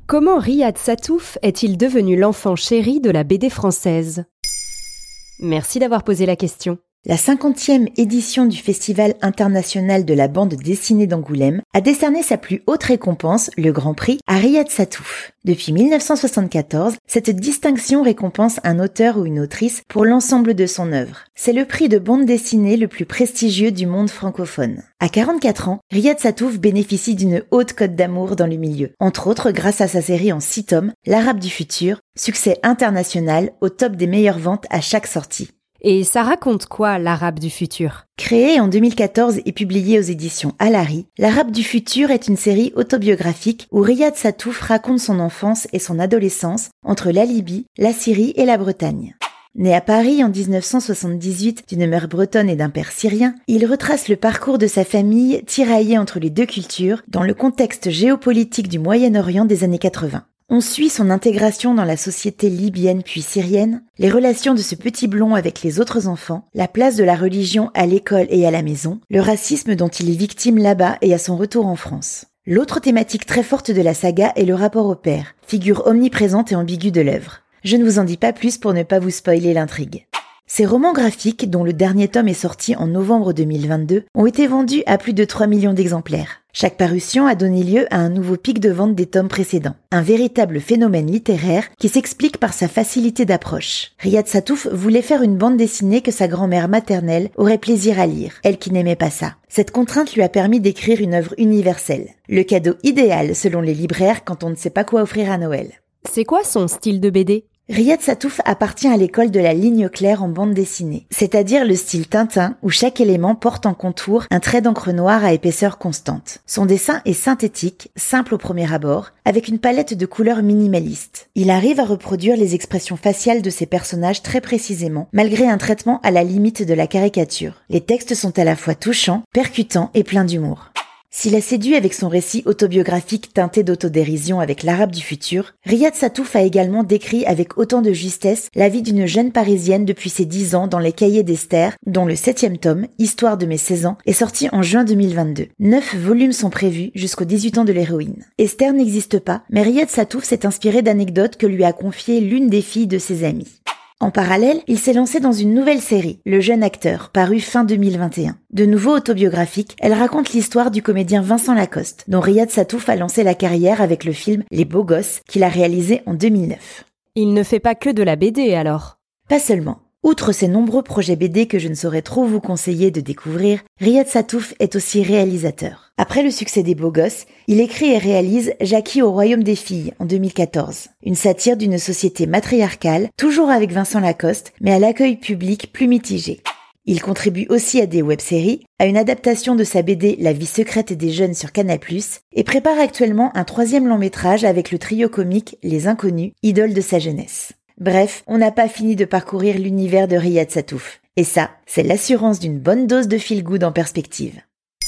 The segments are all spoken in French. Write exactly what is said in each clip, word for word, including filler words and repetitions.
Comment Riyad Sattouf est-il devenu l'enfant chéri de la B D française ? Merci d'avoir posé la question. La cinquantième édition du Festival international de la bande dessinée d'Angoulême a décerné sa plus haute récompense, le Grand Prix, à Riyad Sattouf. Depuis mille neuf cent soixante-quatorze, cette distinction récompense un auteur ou une autrice pour l'ensemble de son œuvre. C'est le prix de bande dessinée le plus prestigieux du monde francophone. À quarante-quatre ans, Riyad Sattouf bénéficie d'une haute cote d'amour dans le milieu, entre autres grâce à sa série en six tomes, L'Arabe du futur, succès international au top des meilleures ventes à chaque sortie. Et ça raconte quoi, l'Arabe du futur ? Créée en deux mille quatorze et publiée aux éditions Alary, L'Arabe du futur est une série autobiographique où Riyad Sattouf raconte son enfance et son adolescence entre la Libye, la Syrie et la Bretagne. Né à Paris en dix-neuf cent soixante-dix-huit d'une mère bretonne et d'un père syrien, il retrace le parcours de sa famille tiraillée entre les deux cultures dans le contexte géopolitique du Moyen-Orient des années quatre-vingts. On suit son intégration dans la société libyenne puis syrienne, les relations de ce petit blond avec les autres enfants, la place de la religion à l'école et à la maison, le racisme dont il est victime là-bas et à son retour en France. L'autre thématique très forte de la saga est le rapport au père, figure omniprésente et ambiguë de l'œuvre. Je ne vous en dis pas plus pour ne pas vous spoiler l'intrigue. Ces romans graphiques, dont le dernier tome est sorti en novembre deux mille vingt-deux, ont été vendus à plus de trois millions d'exemplaires. Chaque parution a donné lieu à un nouveau pic de vente des tomes précédents. Un véritable phénomène littéraire qui s'explique par sa facilité d'approche. Riyad Sattouf voulait faire une bande dessinée que sa grand-mère maternelle aurait plaisir à lire, elle qui n'aimait pas ça. Cette contrainte lui a permis d'écrire une œuvre universelle. Le cadeau idéal selon les libraires quand on ne sait pas quoi offrir à Noël. C'est quoi son style de B D ? Riyad Sattouf appartient à l'école de la ligne claire en bande dessinée, c'est-à-dire le style Tintin où chaque élément porte en contour un trait d'encre noire à épaisseur constante. Son dessin est synthétique, simple au premier abord, avec une palette de couleurs minimaliste. Il arrive à reproduire les expressions faciales de ses personnages très précisément, malgré un traitement à la limite de la caricature. Les textes sont à la fois touchants, percutants et pleins d'humour. S'il a séduit avec son récit autobiographique teinté d'autodérision avec l'Arabe du futur, Riyad Sattouf a également décrit avec autant de justesse la vie d'une jeune parisienne depuis ses dix ans dans les cahiers d'Esther, dont le septième tome, Histoire de mes seize ans, est sorti en juin deux mille vingt-deux. Neuf volumes sont prévus jusqu'aux dix-huit ans de l'héroïne. Esther n'existe pas, mais Riyad Sattouf s'est inspiré d'anecdotes que lui a confiées l'une des filles de ses amis. En parallèle, il s'est lancé dans une nouvelle série, Le jeune acteur, parue fin deux mille vingt et un. De nouveau autobiographique, elle raconte l'histoire du comédien Vincent Lacoste, dont Riyad Sattouf a lancé la carrière avec le film Les Beaux Gosses, qu'il a réalisé en deux mille neuf. Il ne fait pas que de la B D alors ? Pas seulement. Outre ses nombreux projets B D que je ne saurais trop vous conseiller de découvrir, Riyad Sattouf est aussi réalisateur. Après le succès des Beaux Gosses, il écrit et réalise Jackie au royaume des filles en deux mille quatorze, une satire d'une société matriarcale, toujours avec Vincent Lacoste, mais à l'accueil public plus mitigé. Il contribue aussi à des web-séries, à une adaptation de sa B D La vie secrète des jeunes sur Canal plus, et prépare actuellement un troisième long-métrage avec le trio comique Les Inconnus, idole de sa jeunesse. Bref, on n'a pas fini de parcourir l'univers de Riyad Sattouf. Et ça, c'est l'assurance d'une bonne dose de feel-good en perspective.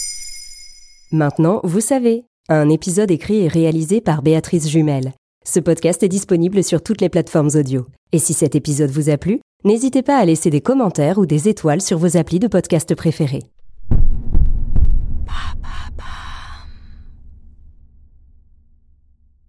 Maintenant, vous savez, un épisode écrit et réalisé par Béatrice Jumel. Ce podcast est disponible sur toutes les plateformes audio. Et si cet épisode vous a plu, n'hésitez pas à laisser des commentaires ou des étoiles sur vos applis de podcast préférés.